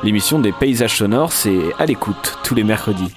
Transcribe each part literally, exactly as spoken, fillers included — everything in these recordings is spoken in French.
L'émission des paysages sonores, c'est à l'écoute tous les mercredis.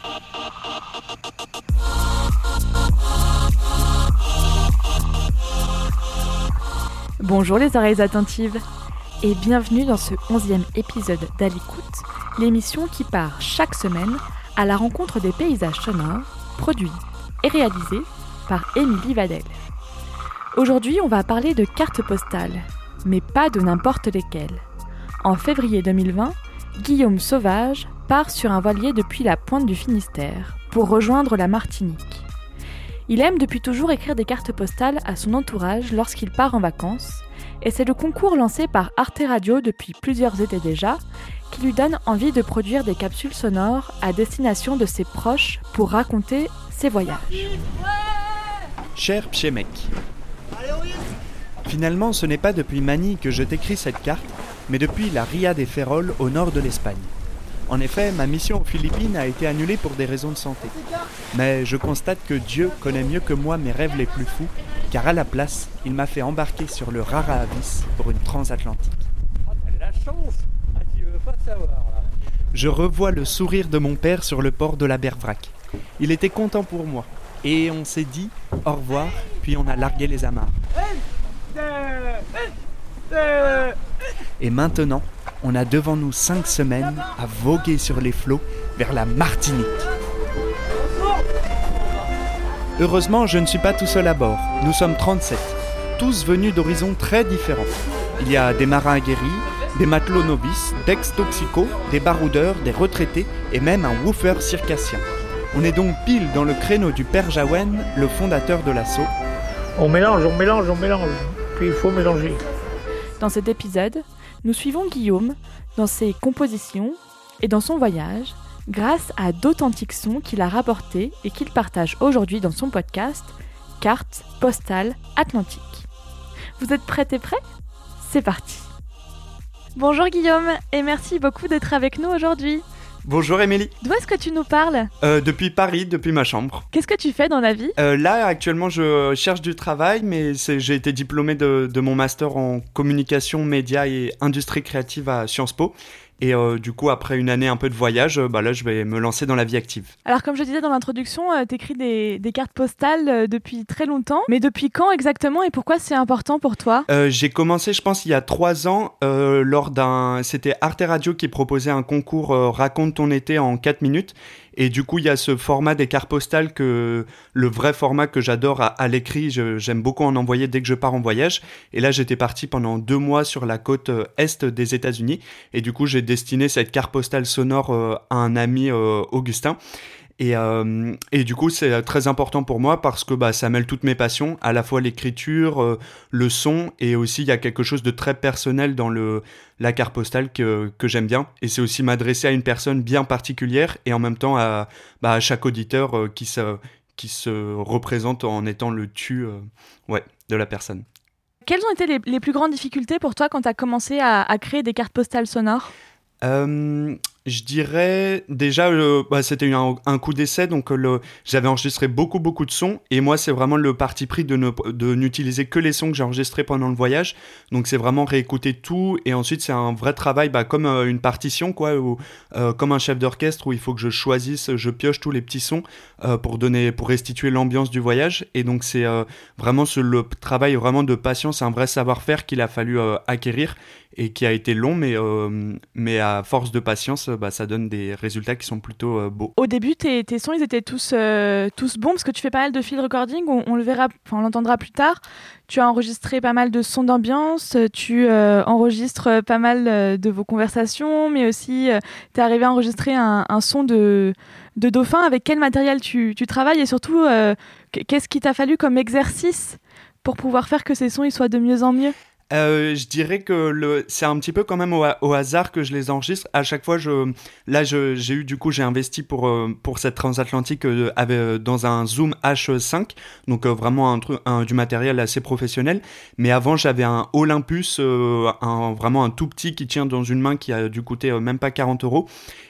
Bonjour les oreilles attentives et bienvenue dans ce onzième épisode d'À l'écoute, l'émission qui part chaque semaine à la rencontre des paysages sonores produits et réalisés par Émilie Vadel. Aujourd'hui, on va parler de cartes postales, mais pas de n'importe lesquelles. En février deux mille vingt, Guillaume Sauvage part sur un voilier depuis la pointe du Finistère pour rejoindre la Martinique. Il aime depuis toujours écrire des cartes postales à son entourage lorsqu'il part en vacances, et c'est le concours lancé par Arte Radio depuis plusieurs étés déjà qui lui donne envie de produire des capsules sonores à destination de ses proches pour raconter ses voyages. Cher Pchemek, finalement ce n'est pas depuis Manille que je t'écris cette carte, mais depuis la Ria des Féroles au nord de l'Espagne. En effet, ma mission aux Philippines a été annulée pour des raisons de santé. Mais je constate que Dieu connaît mieux que moi mes rêves les plus fous, car à la place, il m'a fait embarquer sur le Rara Avis pour une transatlantique. Je revois le sourire de mon père sur le port de la Bervrac. Il était content pour moi. Et on s'est dit au revoir, puis on a largué les amarres. Et maintenant, on a devant nous cinq semaines à voguer sur les flots vers la Martinique. Heureusement, je ne suis pas tout seul à bord. Nous sommes trente-sept, tous venus d'horizons très différents. Il y a des marins aguerris, des matelots novices, d'ex-toxicos, des baroudeurs, des retraités et même un woofer circassien. On est donc pile dans le créneau du père Jaouen, le fondateur de l'assaut. On mélange, on mélange, on mélange. Puis il faut mélanger. Dans cet épisode, nous suivons Guillaume dans ses compositions et dans son voyage grâce à d'authentiques sons qu'il a rapportés et qu'il partage aujourd'hui dans son podcast Cartes postales atlantiques. Vous êtes prêts et prêts ? C'est parti. Bonjour Guillaume et merci beaucoup d'être avec nous aujourd'hui. Bonjour Émilie. D'où est-ce que tu nous parles ? euh, Depuis Paris, depuis ma chambre. Qu'est-ce que tu fais dans la vie ? euh, Là, actuellement, je cherche du travail, mais c'est, j'ai été diplômé de, de mon master en communication, médias et industrie créative à Sciences Po. Et euh, du coup, après une année un peu de voyage, bah là, je vais me lancer dans la vie active. Alors, comme je disais dans l'introduction, euh, t'écris des, des cartes postales euh, depuis très longtemps. Mais depuis quand exactement et pourquoi c'est important pour toi ? euh, J'ai commencé, je pense, il y a trois ans, euh, lors d'un... C'était Arte Radio qui proposait un concours euh, Raconte ton été en quatre minutes. Et du coup, il y a ce format des cartes postales, que, le vrai format que j'adore à, à l'écrit. Je, j'aime beaucoup en envoyer dès que je pars en voyage. Et là, j'étais parti pendant deux mois sur la côte est des États-Unis. Et du coup, j'ai destiné cette carte postale sonore euh, à un ami, euh, Augustin. Et, euh, et du coup, c'est très important pour moi parce que bah, ça mêle toutes mes passions, à la fois l'écriture, euh, le son, et aussi il y a quelque chose de très personnel dans le, la carte postale que, que j'aime bien. Et c'est aussi m'adresser à une personne bien particulière et en même temps à, bah, à chaque auditeur euh, qui, se, qui se représente en étant le tu euh, ouais, de la personne. Quelles ont été les, les plus grandes difficultés pour toi quand tu as commencé à, à créer des cartes postales sonores ? Euh, je dirais déjà euh, bah, c'était un, un coup d'essai, donc euh, le, j'avais enregistré beaucoup beaucoup de sons et moi c'est vraiment le parti pris de, ne, de n'utiliser que les sons que j'ai enregistrés pendant le voyage, donc c'est vraiment réécouter tout et ensuite c'est un vrai travail bah, comme euh, une partition quoi, ou euh, comme un chef d'orchestre où il faut que je choisisse, je pioche tous les petits sons euh, pour donner, pour restituer l'ambiance du voyage, et donc c'est euh, vraiment ce, le travail vraiment de patience, un vrai savoir-faire qu'il a fallu euh, acquérir et qui a été long, mais, euh, mais à force de patience, bah, ça donne des résultats qui sont plutôt euh, beaux. Au début, tes, tes sons, ils étaient tous, euh, tous bons, parce que tu fais pas mal de field recording, on, on le verra, enfin, on l'entendra plus tard. Tu as enregistré pas mal de sons d'ambiance, tu euh, enregistres pas mal euh, de vos conversations, mais aussi euh, tu es arrivé à enregistrer un, un son de, de dauphin. Avec quel matériel tu, tu travailles et surtout, euh, qu'est-ce qui t'a fallu comme exercice pour pouvoir faire que ces sons ils soient de mieux en mieux ? Euh, je dirais que le, c'est un petit peu quand même au, au hasard que je les enregistre. À chaque fois, je, là, je, j'ai eu du coup, j'ai investi pour euh, pour cette transatlantique euh, avec, euh, dans un Zoom H cinq, donc euh, vraiment un truc, un, du matériel assez professionnel. Mais avant, j'avais un Olympus, euh, un vraiment un tout petit qui tient dans une main, qui a dû coûter euh, même pas quarante euros.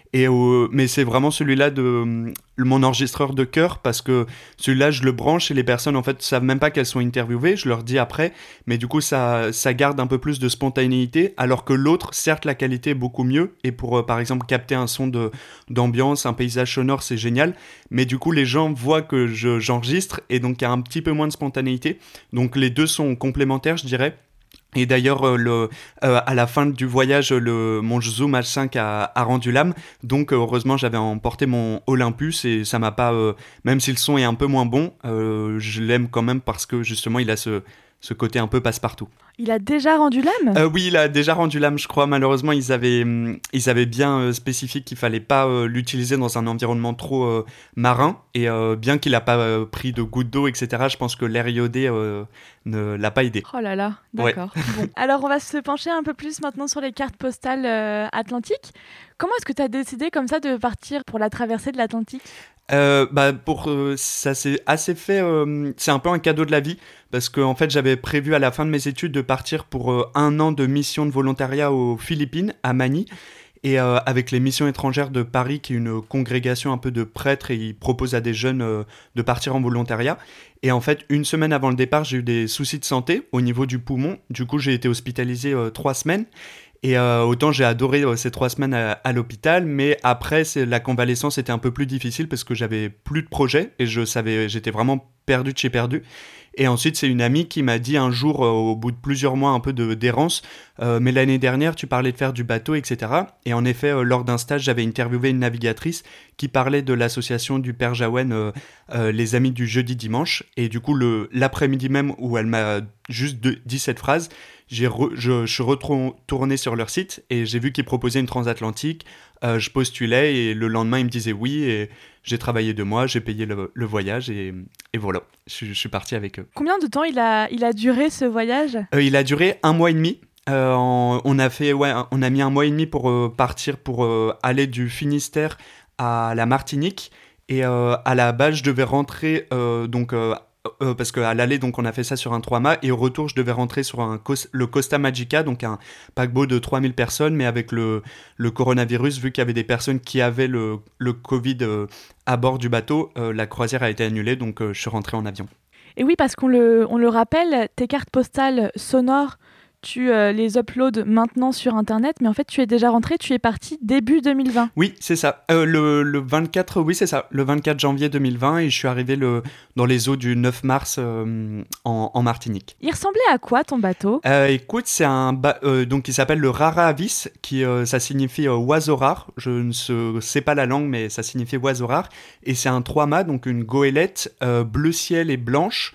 Et euh, mais c'est vraiment celui-là de euh, mon enregistreur de cœur, parce que celui-là je le branche et les personnes en fait savent même pas qu'elles sont interviewées, je leur dis après, mais du coup ça ça garde un peu plus de spontanéité, alors que l'autre, certes la qualité est beaucoup mieux, et pour euh, par exemple capter un son de d'ambiance, un paysage sonore, c'est génial, mais du coup les gens voient que je, j'enregistre, et donc il y a un petit peu moins de spontanéité, donc les deux sont complémentaires, je dirais. Et d'ailleurs, euh, le, euh, à la fin du voyage, le, mon Zoom H cinq a, a rendu l'âme. Donc, euh, heureusement, j'avais emporté mon Olympus et ça m'a pas. Euh, même si le son est un peu moins bon, euh, je l'aime quand même parce que justement, il a ce, ce côté un peu passe-partout. Il a déjà rendu l'âme ? Euh, oui, il a déjà rendu l'âme, je crois. Malheureusement, ils avaient, hum, ils avaient bien euh, spécifié qu'il fallait pas euh, l'utiliser dans un environnement trop euh, marin. Et euh, bien qu'il a pas euh, pris de gouttes d'eau, et cetera, je pense que l'air iodé euh, ne l'a pas aidé. Oh là là, d'accord. Ouais. Bon. Alors, on va se pencher un peu plus maintenant sur les cartes postales euh, atlantiques. Comment est-ce que tu as décidé comme ça de partir pour la traversée de l'Atlantique ? Euh, bah pour euh, ça s'est assez fait, euh, c'est un peu un cadeau de la vie, parce que en fait j'avais prévu à la fin de mes études de partir pour euh, un an de mission de volontariat aux Philippines, à Manille, et euh, avec les missions étrangères de Paris, qui est une congrégation un peu de prêtres, et ils proposent à des jeunes euh, de partir en volontariat. Et en fait, une semaine avant le départ, j'ai eu des soucis de santé au niveau du poumon. Du coup, j'ai été hospitalisé euh, trois semaines. Et euh, autant j'ai adoré euh, ces trois semaines à, à l'hôpital, mais après c'est, la convalescence était un peu plus difficile parce que j'avais plus de projet et je savais, j'étais vraiment perdu de chez perdu. Et ensuite c'est une amie qui m'a dit un jour, euh, au bout de plusieurs mois un peu de, d'errance, euh, mais l'année dernière tu parlais de faire du bateau, et cetera. Et en effet, euh, lors d'un stage, j'avais interviewé une navigatrice qui parlait de l'association du Père Jaouen, euh, euh, les Amis du Jeudi Dimanche. Et du coup, le, l'après-midi même où elle m'a juste de, dit cette phrase, J'ai re, je, je suis retourné sur leur site et j'ai vu qu'ils proposaient une transatlantique. Euh, je postulais et le lendemain, ils me disaient oui. Et j'ai travaillé deux mois, j'ai payé le, le voyage et, et voilà, je, je suis parti avec eux. Combien de temps il a, il a duré ce voyage ? euh, Il a duré un mois et demi. Euh, on, on, a fait, ouais, on a mis un mois et demi pour euh, partir, pour euh, aller du Finistère à la Martinique. Et euh, à la base, je devais rentrer euh, donc... Euh, Euh, parce qu'à l'aller, donc, on a fait ça sur un trois-mâts, et au retour, je devais rentrer sur un, le Costa Magica, donc un paquebot de trois mille personnes, mais avec le, le coronavirus, vu qu'il y avait des personnes qui avaient le, le Covid euh, à bord du bateau, euh, la croisière a été annulée, donc euh, je suis rentré en avion. Et oui, parce qu'on le, on le rappelle, tes cartes postales sonores, tu euh, les uploads maintenant sur Internet, mais en fait, tu es déjà rentré, tu es parti début deux mille vingt. Oui, c'est ça. Euh, le, le vingt-quatre, oui, c'est ça. Le vingt-quatre janvier deux mille vingt, et je suis arrivé le, dans les eaux du neuf mars euh, en, en Martinique. Il ressemblait à quoi, ton bateau ? euh, Écoute, c'est un ba- euh, donc il s'appelle le Rara Avis, qui euh, ça signifie euh, oiseau rare. Je ne sais, sais pas la langue, mais ça signifie oiseau rare. Et c'est un trois-mâts, donc une goélette euh, bleu ciel et blanche.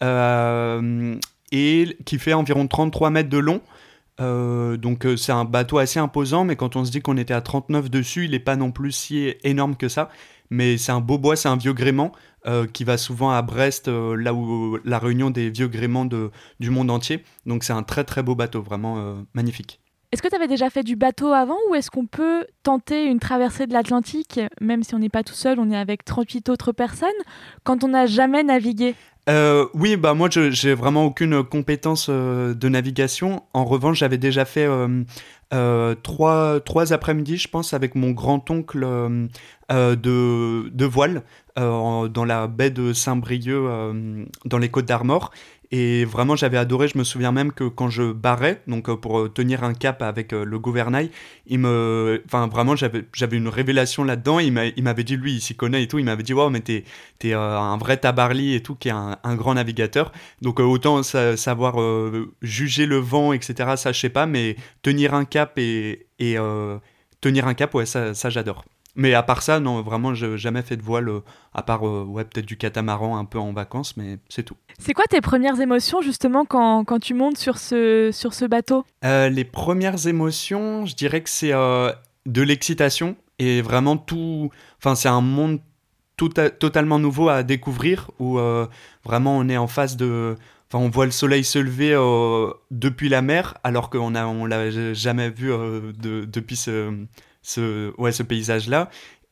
Euh, et qui fait environ trente-trois mètres de long. Euh, donc euh, c'est un bateau assez imposant, mais quand on se dit qu'on était à trente-neuf dessus, il n'est pas non plus si énorme que ça. Mais c'est un beau bois, c'est un vieux gréement euh, qui va souvent à Brest, euh, là où la réunion des vieux gréments de, du monde entier. Donc c'est un très très beau bateau, vraiment euh, magnifique. Est-ce que tu avais déjà fait du bateau avant, ou est-ce qu'on peut tenter une traversée de l'Atlantique, même si on n'est pas tout seul, on est avec trente-huit autres personnes, quand on n'a jamais navigué ? Euh, oui, bah moi je, j'ai vraiment aucune compétence euh, de navigation. En revanche, j'avais déjà fait euh, euh, trois, trois après-midi, je pense, avec mon grand-oncle euh, euh, de, de voile euh, dans la baie de Saint-Brieuc, euh, dans les Côtes-d'Armor. Et vraiment, j'avais adoré. Je me souviens même que quand je barrais, donc euh, pour euh, tenir un cap avec euh, le gouvernail, il me, enfin vraiment, j'avais, j'avais une révélation là-dedans. Il, m'a, il m'avait dit, lui, il s'y connaît et tout. Il m'avait dit, wow, mais t'es, t'es euh, un vrai tabarly et tout, qui est un, un grand navigateur. Donc euh, autant sa, savoir euh, juger le vent, et cetera. Ça, je sais pas, mais tenir un cap et, et euh, tenir un cap, ouais, ça, ça j'adore. Mais à part ça, non, vraiment, j'ai jamais fait de voile, euh, à part euh, ouais, peut-être du catamaran un peu en vacances, mais c'est tout. C'est quoi tes premières émotions, justement, quand, quand tu montes sur ce, sur ce bateau ? euh, Les premières émotions, je dirais que c'est euh, de l'excitation, et vraiment tout... Enfin, c'est un monde tout à, totalement nouveau à découvrir, où euh, vraiment on est en face de... Enfin, on voit le soleil se lever euh, depuis la mer, alors qu'on ne on l'a jamais vu euh, de, depuis ce... Ce, ouais, ce paysage-là.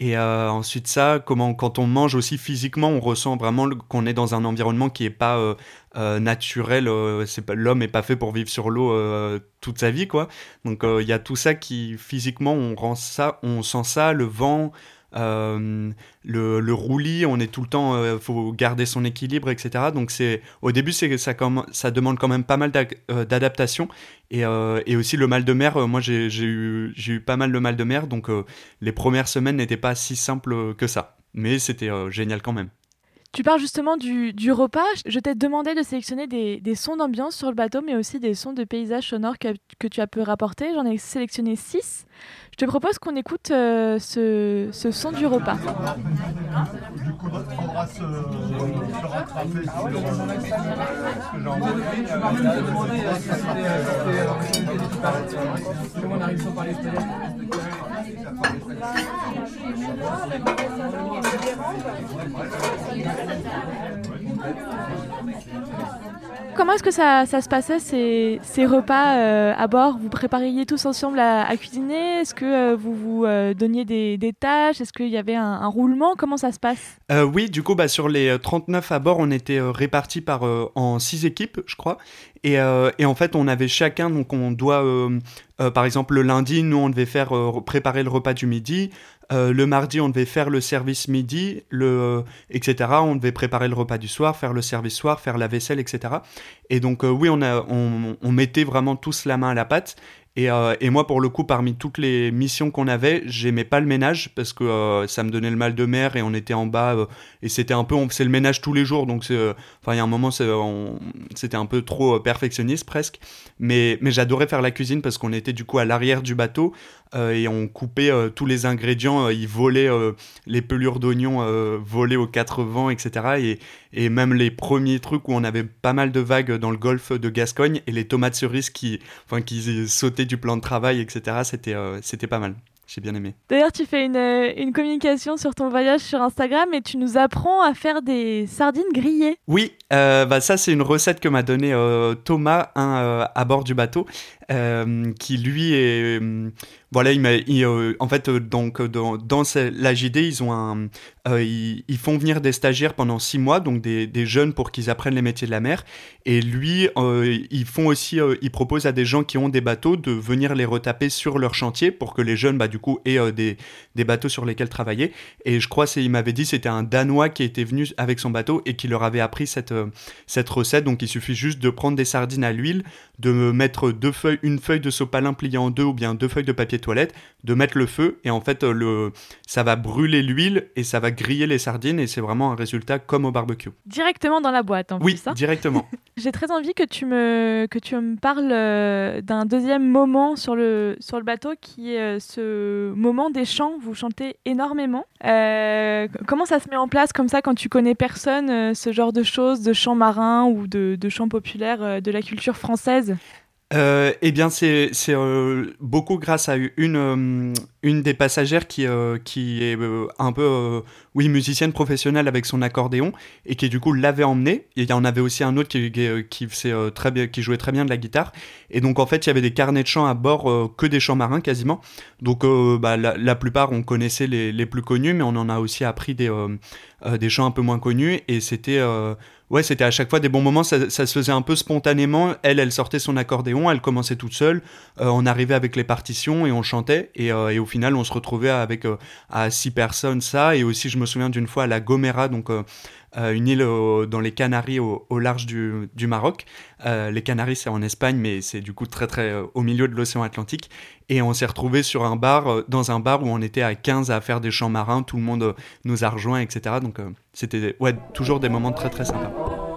Et euh, ensuite ça, comment, quand on mange aussi physiquement, on ressent vraiment le, qu'on est dans un environnement qui n'est pas euh, euh, naturel. Euh, c'est pas, l'homme n'est pas fait pour vivre sur l'eau euh, toute sa vie, quoi. Donc il euh, y a tout ça qui, physiquement, on, rend ça, on sent ça, le vent, euh, le, le roulis, on est tout le temps, il euh, faut garder son équilibre, et cetera. Donc c'est, au début, c'est, ça, comme, ça demande quand même pas mal euh, d'adaptation. Et, euh, et aussi le mal de mer, euh, moi j'ai, j'ai, eu, j'ai eu pas mal de mal de mer, donc euh, les premières semaines n'étaient pas si simples que ça. Mais c'était euh, génial quand même. Tu parles justement du, du repas. Je t'ai demandé de sélectionner des, des sons d'ambiance sur le bateau, mais aussi des sons de paysages sonores que, que tu as pu rapporter. J'en ai sélectionné six. Je te propose qu'on écoute euh, ce, ce son du repas. Comment est-ce que ça, ça se passait, ces, ces repas euh, à bord? Vous prépariez tous ensemble à, à cuisiner? Est-ce que euh, vous vous euh, donniez des, des tâches? Est-ce qu'il y avait un, un roulement? Comment ça se passe? euh, Oui, du coup, bah, sur les trente-neuf à bord, on était euh, répartis par, euh, en six équipes, je crois. Et, euh, et en fait, on avait chacun, donc on doit, euh, euh, par exemple, le lundi, nous, on devait faire euh, préparer le repas du midi. Euh, le mardi, on devait faire le service midi, le, euh, et cetera. On devait préparer le repas du soir, faire le service soir, faire la vaisselle, et cetera. Et donc, euh, oui, on, a, on, on mettait vraiment tous la main à la pâte. Et, euh, et moi, pour le coup, parmi toutes les missions qu'on avait, j'aimais pas le ménage parce que euh, ça me donnait le mal de mer et on était en bas euh, et c'était un peu, on faisait le ménage tous les jours, donc c'est, euh, enfin, il y a un moment, c'est, on, c'était un peu trop euh, perfectionniste presque. Mais, mais j'adorais faire la cuisine parce qu'on était du coup à l'arrière du bateau euh, et on coupait euh, tous les ingrédients, euh, ils volaient euh, les pelures d'oignons euh, volaient aux quatre vents, et cetera. Et, et même les premiers trucs où on avait pas mal de vagues dans le golfe de Gascogne et les tomates cerises qui, enfin, qui sautaient du plan de travail, et cetera. C'était, euh, c'était pas mal. J'ai bien aimé. D'ailleurs, tu fais une, une communication sur ton voyage sur Instagram et tu nous apprends à faire des sardines grillées. Oui, euh, bah ça c'est une recette que m'a donnée euh, Thomas hein, euh, à bord du bateau, euh, qui lui est... Euh, voilà, il m'a, il, euh, en fait, euh, donc, dans, dans la J D, ils, ont un, euh, ils, ils font venir des stagiaires pendant six mois, donc des, des jeunes pour qu'ils apprennent les métiers de la mer. Et lui, euh, ils font aussi, euh, ils proposent à des gens qui ont des bateaux de venir les retaper sur leur chantier pour que les jeunes, bah, du coup, aient euh, des, des bateaux sur lesquels travailler. Et je crois, c'est, il m'avait dit, c'était un Danois qui était venu avec son bateau et qui leur avait appris cette, euh, cette recette. Donc, il suffit juste de prendre des sardines à l'huile, de mettre deux feuilles, une feuille de sopalin pliée en deux ou bien deux feuilles de papier toilette, de mettre le feu et en fait le, ça va brûler l'huile et ça va griller les sardines et c'est vraiment un résultat comme au barbecue. Directement dans la boîte en oui, plus. Oui, directement. J'ai très envie que tu me, que tu me parles euh, d'un deuxième moment sur le, sur le bateau qui est euh, ce moment des chants. Vous chantez énormément. Euh, comment ça se met en place comme ça quand tu connais personne, euh, ce genre de choses, de chants marins ou de, de chants populaires euh, de la culture française? Euh, eh bien, c'est, c'est euh, beaucoup grâce à une, euh, une des passagères qui, euh, qui est euh, un peu, euh, oui, musicienne professionnelle avec son accordéon et qui, du coup, l'avait emmené. Et il y en avait aussi un autre qui, qui, qui, faisait, euh, très bien, qui jouait très bien de la guitare. Et donc, en fait, il y avait des carnets de chants à bord, euh, que des chants marins quasiment. Donc, euh, bah, la, la plupart, on connaissait les, les plus connus, mais on en a aussi appris des, euh, euh, des chants un peu moins connus. Et c'était... Euh, Ouais, c'était à chaque fois des bons moments, ça, ça se faisait un peu spontanément. Elle, elle sortait son accordéon, elle commençait toute seule. Euh, on arrivait avec les partitions et on chantait. Et, euh, et au final, on se retrouvait avec euh, à six personnes, ça. Et aussi, je me souviens d'une fois à la Gomera, donc euh, euh, une île euh, dans les Canaries au, au large du, du Maroc. Euh, les Canaries, c'est en Espagne, mais c'est du coup très très euh, au milieu de l'océan Atlantique. Et on s'est retrouvés sur un bar, euh, dans un bar où on était à quinze à faire des chants marins. Tout le monde euh, nous a rejoints, et cetera. Donc euh, c'était ouais, toujours des moments très très sympas.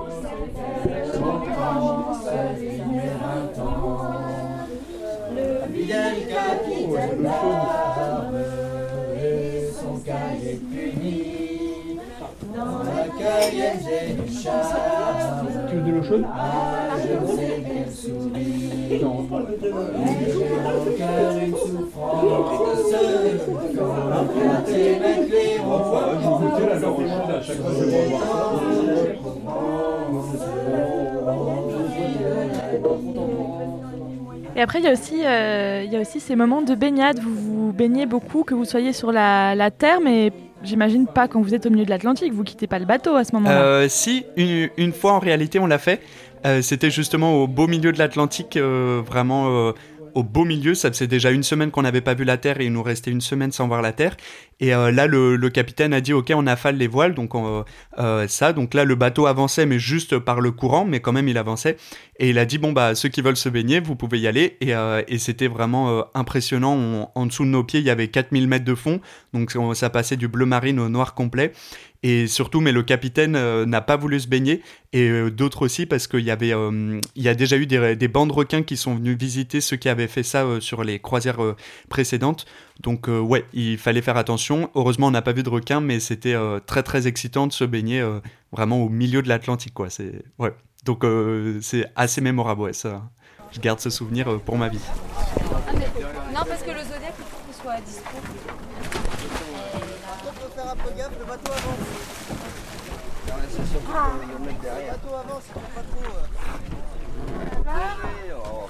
Tu veux de l'eau chaude? Non. Et après, il y a aussi, euh, il y a aussi ces moments de baignade. Vous vous baignez beaucoup, que vous soyez sur la, la terre, mais j'imagine pas quand vous êtes au milieu de l'Atlantique, vous quittez pas le bateau à ce moment-là. Euh, si, une, une fois en réalité on l'a fait, euh, c'était justement au beau milieu de l'Atlantique, euh, vraiment euh, au beau milieu, ça faisait déjà une semaine qu'on n'avait pas vu la Terre et il nous restait une semaine sans voir la Terre. Et euh, là, le, le capitaine a dit « Ok, on affale les voiles », donc on, euh, ça. Donc là, le bateau avançait, mais juste par le courant, mais quand même, il avançait. Et il a dit « Bon, bah, ceux qui veulent se baigner, vous pouvez y aller ». Et, euh, et c'était vraiment euh, impressionnant. On, en dessous de nos pieds, il y avait quatre mille mètres de fond, donc on, ça passait du bleu marine au noir complet. Et surtout, mais le capitaine euh, n'a pas voulu se baigner, et euh, d'autres aussi, parce qu'il y avait, euh, il y a déjà eu des, des bancs de requins qui sont venus visiter ceux qui avaient fait ça euh, sur les croisières euh, précédentes. Donc euh, ouais, il fallait faire attention. Heureusement, on n'a pas vu de requins, mais c'était euh, très très excitant de se baigner euh, vraiment au milieu de l'Atlantique, quoi. C'est ouais. Donc euh, c'est assez mémorable, ouais. Ça, je garde ce souvenir euh, pour ma vie. Ah, mais... Non, parce que le Zodiac, il faut qu'il soit à dispo. Il faut faire un peu gaffe, le bateau avance. Non, là, c'est sûr qu'il y a le mec derrière. Le bateau avance, il faut pas trop. Euh... Allez, oh.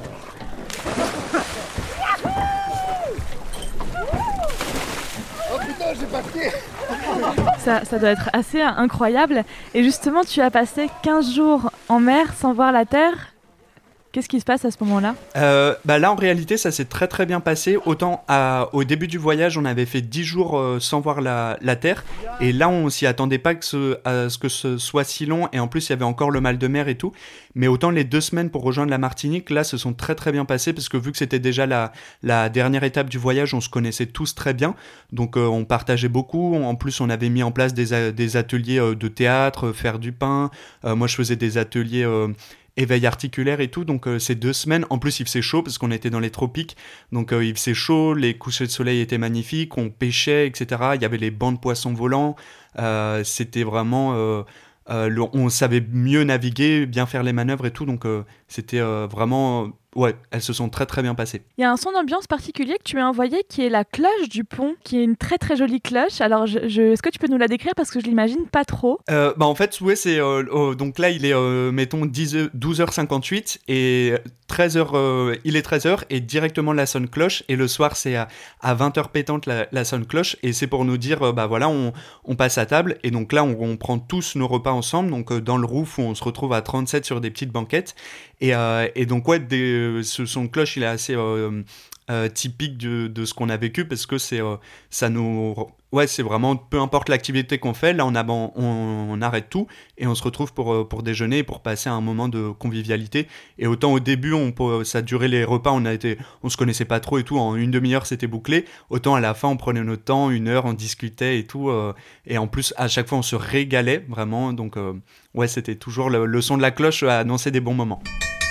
Oh putain, j'ai pas de pied. ça, ça doit être assez incroyable. Et justement, tu as passé quinze jours en mer sans voir la Terre. Qu'est-ce qui se passe à ce moment-là ? euh, bah Là, en réalité, ça s'est très très bien passé. Autant à, au début du voyage, on avait fait dix jours euh, sans voir la, la Terre. Et là, on s'y attendait pas que ce, à ce que ce soit si long. Et en plus, il y avait encore le mal de mer et tout. Mais autant les deux semaines pour rejoindre la Martinique, là, se sont très très bien passées. Parce que vu que c'était déjà la, la dernière étape du voyage, on se connaissait tous très bien. Donc, euh, on partageait beaucoup. En plus, on avait mis en place des, des ateliers euh, de théâtre, faire du pain. Euh, moi, je faisais des ateliers... Euh, éveil articulaire et tout, donc euh, ces deux semaines, en plus il faisait chaud parce qu'on était dans les tropiques, donc euh, il faisait chaud, les couchers de soleil étaient magnifiques, on pêchait, et cetera. Il y avait les bancs de poissons volants, euh, c'était vraiment... Euh, euh, le, on savait mieux naviguer, bien faire les manœuvres et tout, donc euh, c'était euh, vraiment... Ouais, elles se sont très très bien passées. Il y a un son d'ambiance particulier que tu m'as envoyé qui est la cloche du pont, qui est une très très jolie cloche. Alors, je, je, est-ce que tu peux nous la décrire parce que je l'imagine pas trop ? euh, Bah en fait, ouais, c'est euh, oh, donc là il est euh, mettons douze heures cinquante-huit et treize heures, euh, il est treize heures et directement la sonne cloche et le soir c'est à, à vingt heures pétante la, la sonne cloche et c'est pour nous dire euh, bah voilà on, on passe à table et donc là on, on prend tous nos repas ensemble donc euh, dans le roof où on se retrouve à trente-sept sur des petites banquettes et, euh, et donc ouais des ce son de cloche, il est assez euh, euh, typique de, de ce qu'on a vécu parce que c'est, euh, ça nous, ouais, c'est vraiment peu importe l'activité qu'on fait, là on, a, on, on arrête tout et on se retrouve pour, pour déjeuner et pour passer un moment de convivialité. Et autant au début, on, ça durait les repas, on a été, on se connaissait pas trop et tout, en une demi-heure c'était bouclé. Autant à la fin, on prenait notre temps, une heure, on discutait et tout. Euh, et en plus, à chaque fois, on se régalait vraiment. Donc, euh, ouais, c'était toujours le, le son de la cloche à annoncer des bons moments.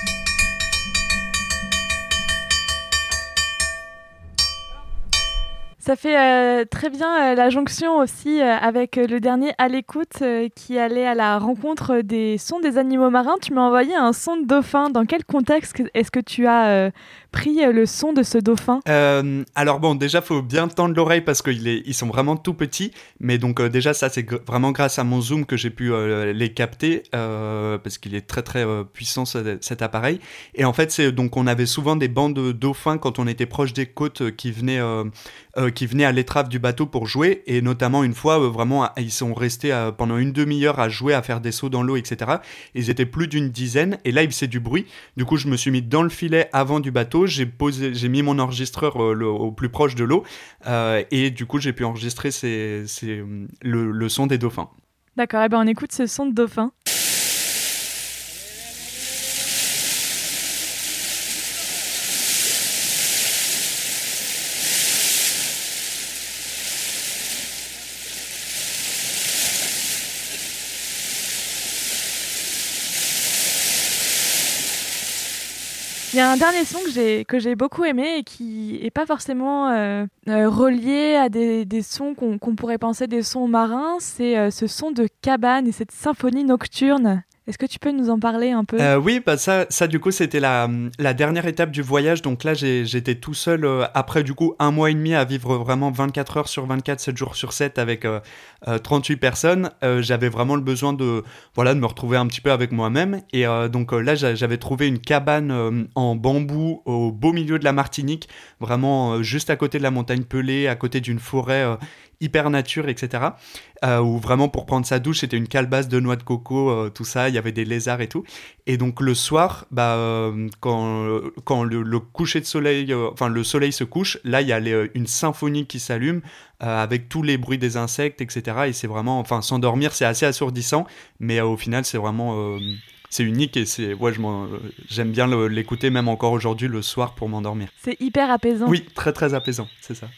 Ça fait euh, très bien euh, la jonction aussi euh, avec euh, le dernier À l'écoute euh, qui allait à la rencontre des sons des animaux marins. Tu m'as envoyé un son de dauphin. Dans quel contexte est-ce que tu as euh, pris euh, le son de ce dauphin ? euh, Alors bon, déjà, il faut bien tendre l'oreille parce qu'ils ils sont vraiment tout petits. Mais donc euh, déjà, ça, c'est gr- vraiment grâce à mon zoom que j'ai pu euh, les capter euh, parce qu'il est très très euh, puissant ce, cet appareil. Et en fait, c'est, donc, on avait souvent des bancs de dauphins quand on était proche des côtes euh, qui venaient... Euh, Euh, qui venaient à l'étrave du bateau pour jouer, et notamment une fois, euh, vraiment, ils sont restés euh, pendant une demi-heure à jouer, à faire des sauts dans l'eau, et cetera. Ils étaient plus d'une dizaine, et là, il faisait du bruit. Du coup, je me suis mis dans le filet avant du bateau, j'ai, posé, j'ai mis mon enregistreur euh, le, au plus proche de l'eau, euh, et du coup, j'ai pu enregistrer ces, ces, le, le son des dauphins. D'accord, eh ben on écoute ce son de dauphin. Il y a un dernier son que j'ai, que j'ai beaucoup aimé et qui n'est pas forcément euh, euh, relié à des, des sons qu'on, qu'on pourrait penser des sons marins. C'est euh, ce son de cabane et cette symphonie nocturne. Est-ce que tu peux nous en parler un peu ? euh, Oui, bah ça, ça du coup c'était la, la dernière étape du voyage. Donc là j'ai, j'étais tout seul euh, après du coup un mois et demi à vivre vraiment vingt-quatre heures sur vingt-quatre, sept jours sur sept avec euh, euh, trente-huit personnes. Euh, j'avais vraiment le besoin de, voilà, de me retrouver un petit peu avec moi-même. Et euh, donc euh, là j'avais trouvé une cabane euh, en bambou au beau milieu de la Martinique, vraiment euh, juste à côté de la montagne Pelée, à côté d'une forêt euh, hyper nature, et cetera. Euh, où vraiment pour prendre sa douche, c'était une calebasse de noix de coco, euh, tout ça, il y avait des lézards et tout. Et donc le soir, bah, euh, quand, quand le, le coucher de soleil, euh, enfin le soleil se couche, là il y a les, une symphonie qui s'allume euh, avec tous les bruits des insectes, et cetera. Et c'est vraiment, enfin s'endormir, c'est assez assourdissant, mais euh, au final c'est vraiment... Euh, c'est unique et c'est, ouais, je m'en, j'aime bien le, l'écouter même encore aujourd'hui le soir pour m'endormir. C'est hyper apaisant. Oui, très très apaisant, c'est ça.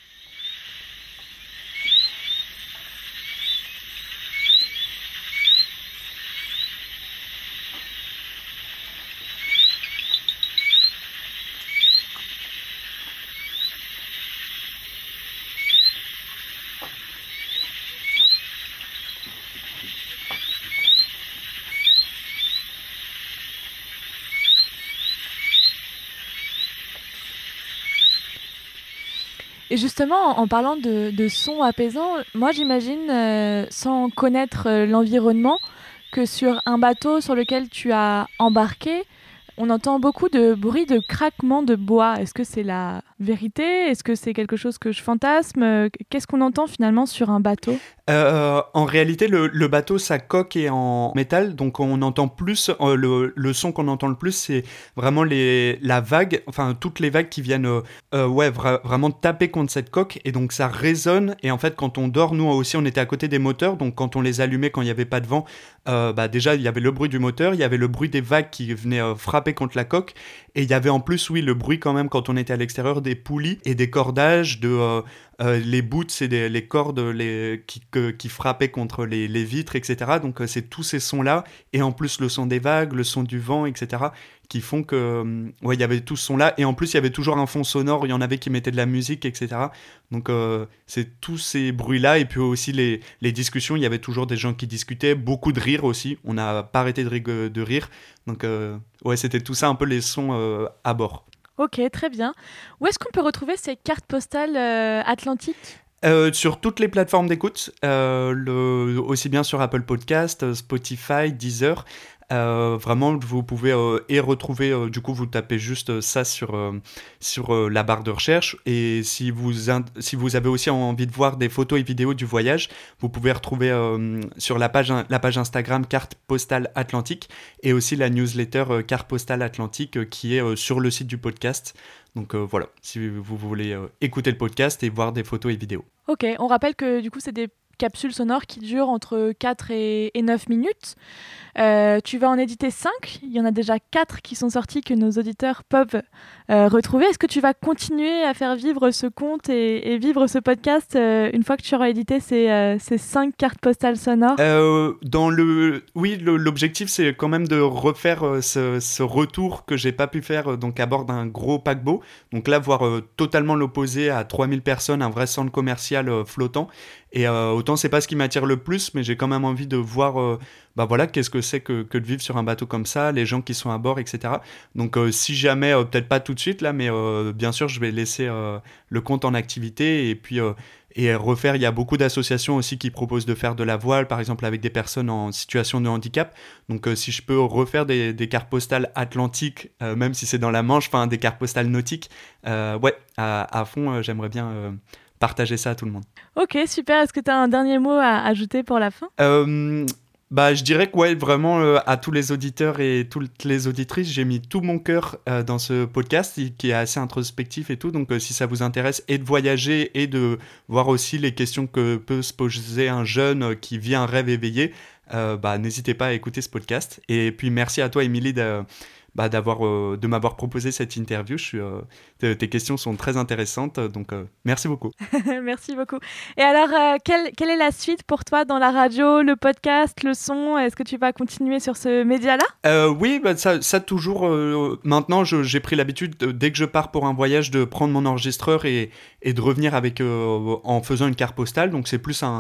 Et justement, en parlant de, de sons apaisants, moi j'imagine, euh, sans connaître euh, l'environnement, que sur un bateau sur lequel tu as embarqué, on entend beaucoup de bruit de craquement de bois. Est-ce que c'est la vérité ? Est-ce que c'est quelque chose que je fantasme ? Qu'est-ce qu'on entend finalement sur un bateau ? Euh, en réalité, le, le bateau, sa coque est en métal, donc on entend plus, euh, le, le son qu'on entend le plus, c'est vraiment les, la vague, enfin toutes les vagues qui viennent euh, euh, ouais, vra- vraiment taper contre cette coque, et donc ça résonne, et en fait quand on dort, nous aussi on était à côté des moteurs, donc quand on les allumait, quand il n'y avait pas de vent, euh, bah déjà il y avait le bruit du moteur, il y avait le bruit des vagues qui venaient euh, frapper contre la coque, et il y avait en plus, oui, le bruit quand même quand on était à l'extérieur des poulies et des cordages, de... Euh, Euh, les boots, c'est des, les cordes les, qui, que, qui frappaient contre les, les vitres, et cetera. Donc euh, c'est tous ces sons-là, et en plus le son des vagues, le son du vent, et cetera, qui font que, euh, ouais, il y avait tout ce son-là, et en plus il y avait toujours un fond sonore, il y en avait qui mettaient de la musique, et cetera. Donc euh, c'est tous ces bruits-là, et puis aussi les, les discussions, il y avait toujours des gens qui discutaient, beaucoup de rire aussi, on n'a pas arrêté de, rig- de rire, donc euh, ouais, c'était tout ça un peu les sons euh, à bord. Ok, très bien. Où est-ce qu'on peut retrouver ces cartes postales euh, atlantiques ? Euh, sur toutes les plateformes d'écoute, euh, le, aussi bien sur Apple Podcast, Spotify, Deezer. Euh, vraiment, vous pouvez euh, et retrouver, euh, du coup, vous tapez juste ça sur, euh, sur euh, la barre de recherche. Et si vous, in- si vous avez aussi envie de voir des photos et vidéos du voyage, vous pouvez retrouver euh, sur la page, la page Instagram Carte Postale Atlantique et aussi la newsletter euh, Carte Postale Atlantique euh, qui est euh, sur le site du podcast. Donc euh, voilà, si vous voulez euh, écouter le podcast et voir des photos et vidéos. Ok, on rappelle que du coup c'est des capsules sonores qui durent entre quatre et neuf minutes. Euh, tu vas en éditer cinq. Il y en a déjà quatre qui sont sortis que nos auditeurs peuvent euh, retrouver. Est-ce que tu vas continuer à faire vivre ce conte et, et vivre ce podcast euh, une fois que tu auras édité ces, euh, ces cinq cartes postales sonores ? euh, dans le... Oui, le, l'objectif, c'est quand même de refaire euh, ce, ce retour que j'ai pas pu faire euh, donc à bord d'un gros paquebot. Donc là, voir euh, totalement l'opposé à trois mille personnes, un vrai centre commercial euh, flottant. Et euh, autant c'est pas ce qui m'attire le plus, mais j'ai quand même envie de voir euh, bah voilà, qu'est-ce que c'est que, que de vivre sur un bateau comme ça, les gens qui sont à bord, et cetera. Donc euh, si jamais, euh, peut-être pas tout de suite là, mais euh, bien sûr je vais laisser euh, le compte en activité et puis euh, et refaire. Il y a beaucoup d'associations aussi qui proposent de faire de la voile, par exemple avec des personnes en situation de handicap. Donc euh, si je peux refaire des, des cartes postales atlantiques, euh, même si c'est dans la Manche, enfin des cartes postales nautiques, euh, ouais, à, à fond, euh, j'aimerais bien... Euh, partager ça à tout le monde. Ok, super. Est-ce que tu as un dernier mot à ajouter pour la fin ? euh, bah, Je dirais que ouais, vraiment, euh, à tous les auditeurs et toutes les auditrices, j'ai mis tout mon cœur euh, dans ce podcast qui est assez introspectif et tout. Donc, euh, si ça vous intéresse, et de voyager et de voir aussi les questions que peut se poser un jeune euh, qui vit un rêve éveillé, euh, bah, n'hésitez pas à écouter ce podcast. Et puis, merci à toi, Émilie, de... Bah, d'avoir, euh, de m'avoir proposé cette interview. Je suis, euh, t- tes questions sont très intéressantes, donc euh, merci beaucoup. Merci beaucoup. Et alors, euh, quelle, quelle est la suite pour toi dans la radio, le podcast, le son ? Est-ce que tu vas continuer sur ce média-là ? euh, Oui, bah, ça, ça toujours. Euh, maintenant, je, j'ai pris l'habitude, de, dès que je pars pour un voyage, de prendre mon enregistreur et, et de revenir avec, euh, en faisant une carte postale. Donc, c'est plus un,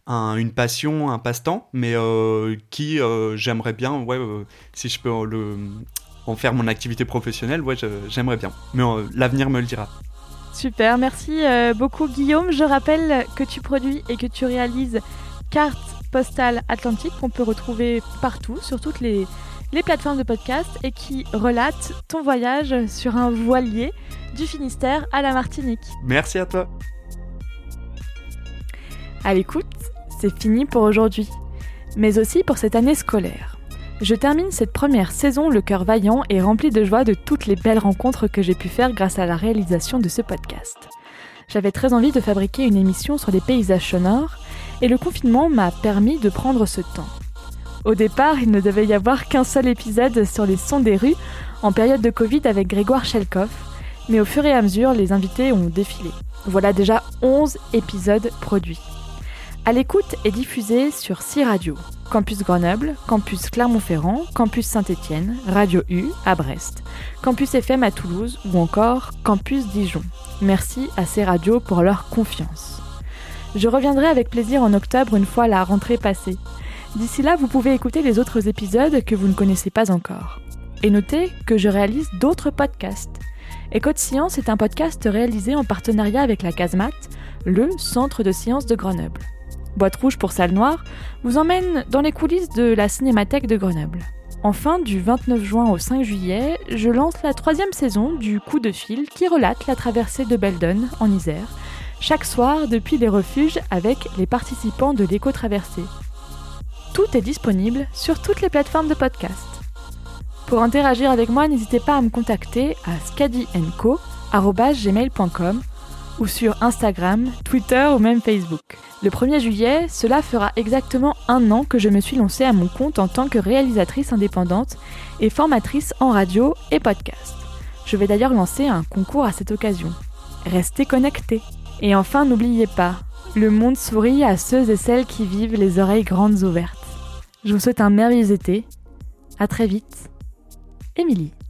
un, une passion, un passe-temps, mais euh, qui euh, j'aimerais bien, ouais, euh, si je peux le, en faire mon activité professionnelle, ouais, je, j'aimerais bien. Mais euh, l'avenir me le dira. Super, merci euh, beaucoup Guillaume. Je rappelle que tu produis et que tu réalises Carte Postale Atlantique, qu'on peut retrouver partout, sur toutes les, les plateformes de podcast, et qui relate ton voyage sur un voilier du Finistère à la Martinique. Merci à toi. À l'écoute, c'est fini pour aujourd'hui, mais aussi pour cette année scolaire. Je termine cette première saison le cœur vaillant et rempli de joie de toutes les belles rencontres que j'ai pu faire grâce à la réalisation de ce podcast. J'avais très envie de fabriquer une émission sur les paysages sonores, et le confinement m'a permis de prendre ce temps. Au départ, il ne devait y avoir qu'un seul épisode sur les sons des rues en période de Covid avec Grégoire Chelkov, mais au fur et à mesure, les invités ont défilé. Voilà déjà onze épisodes produits. À l'écoute est diffusé sur six radios. Campus Grenoble, Campus Clermont-Ferrand, Campus Saint-Étienne, Radio U à Brest, Campus F M à Toulouse ou encore Campus Dijon. Merci à ces radios pour leur confiance. Je reviendrai avec plaisir en octobre une fois la rentrée passée. D'ici là, vous pouvez écouter les autres épisodes que vous ne connaissez pas encore. Et notez que je réalise d'autres podcasts. Écho de Science est un podcast réalisé en partenariat avec la Casemate, le Centre de Sciences de Grenoble. Boîte rouge pour salle noire vous emmène dans les coulisses de la Cinémathèque de Grenoble. Enfin, du vingt-neuf juin au cinq juillet, je lance la troisième saison du Coup de fil qui relate la traversée de Beldon, en Isère, chaque soir depuis les refuges avec les participants de l'éco-traversée. Tout est disponible sur toutes les plateformes de podcast. Pour interagir avec moi, n'hésitez pas à me contacter à scadienco arobase gmail point com ou sur Instagram, Twitter ou même Facebook. Le premier juillet, cela fera exactement un an que je me suis lancée à mon compte en tant que réalisatrice indépendante et formatrice en radio et podcast. Je vais d'ailleurs lancer un concours à cette occasion. Restez connectés. Et enfin, n'oubliez pas, le monde sourit à ceux et celles qui vivent les oreilles grandes ouvertes. Je vous souhaite un merveilleux été. À très vite. Émilie.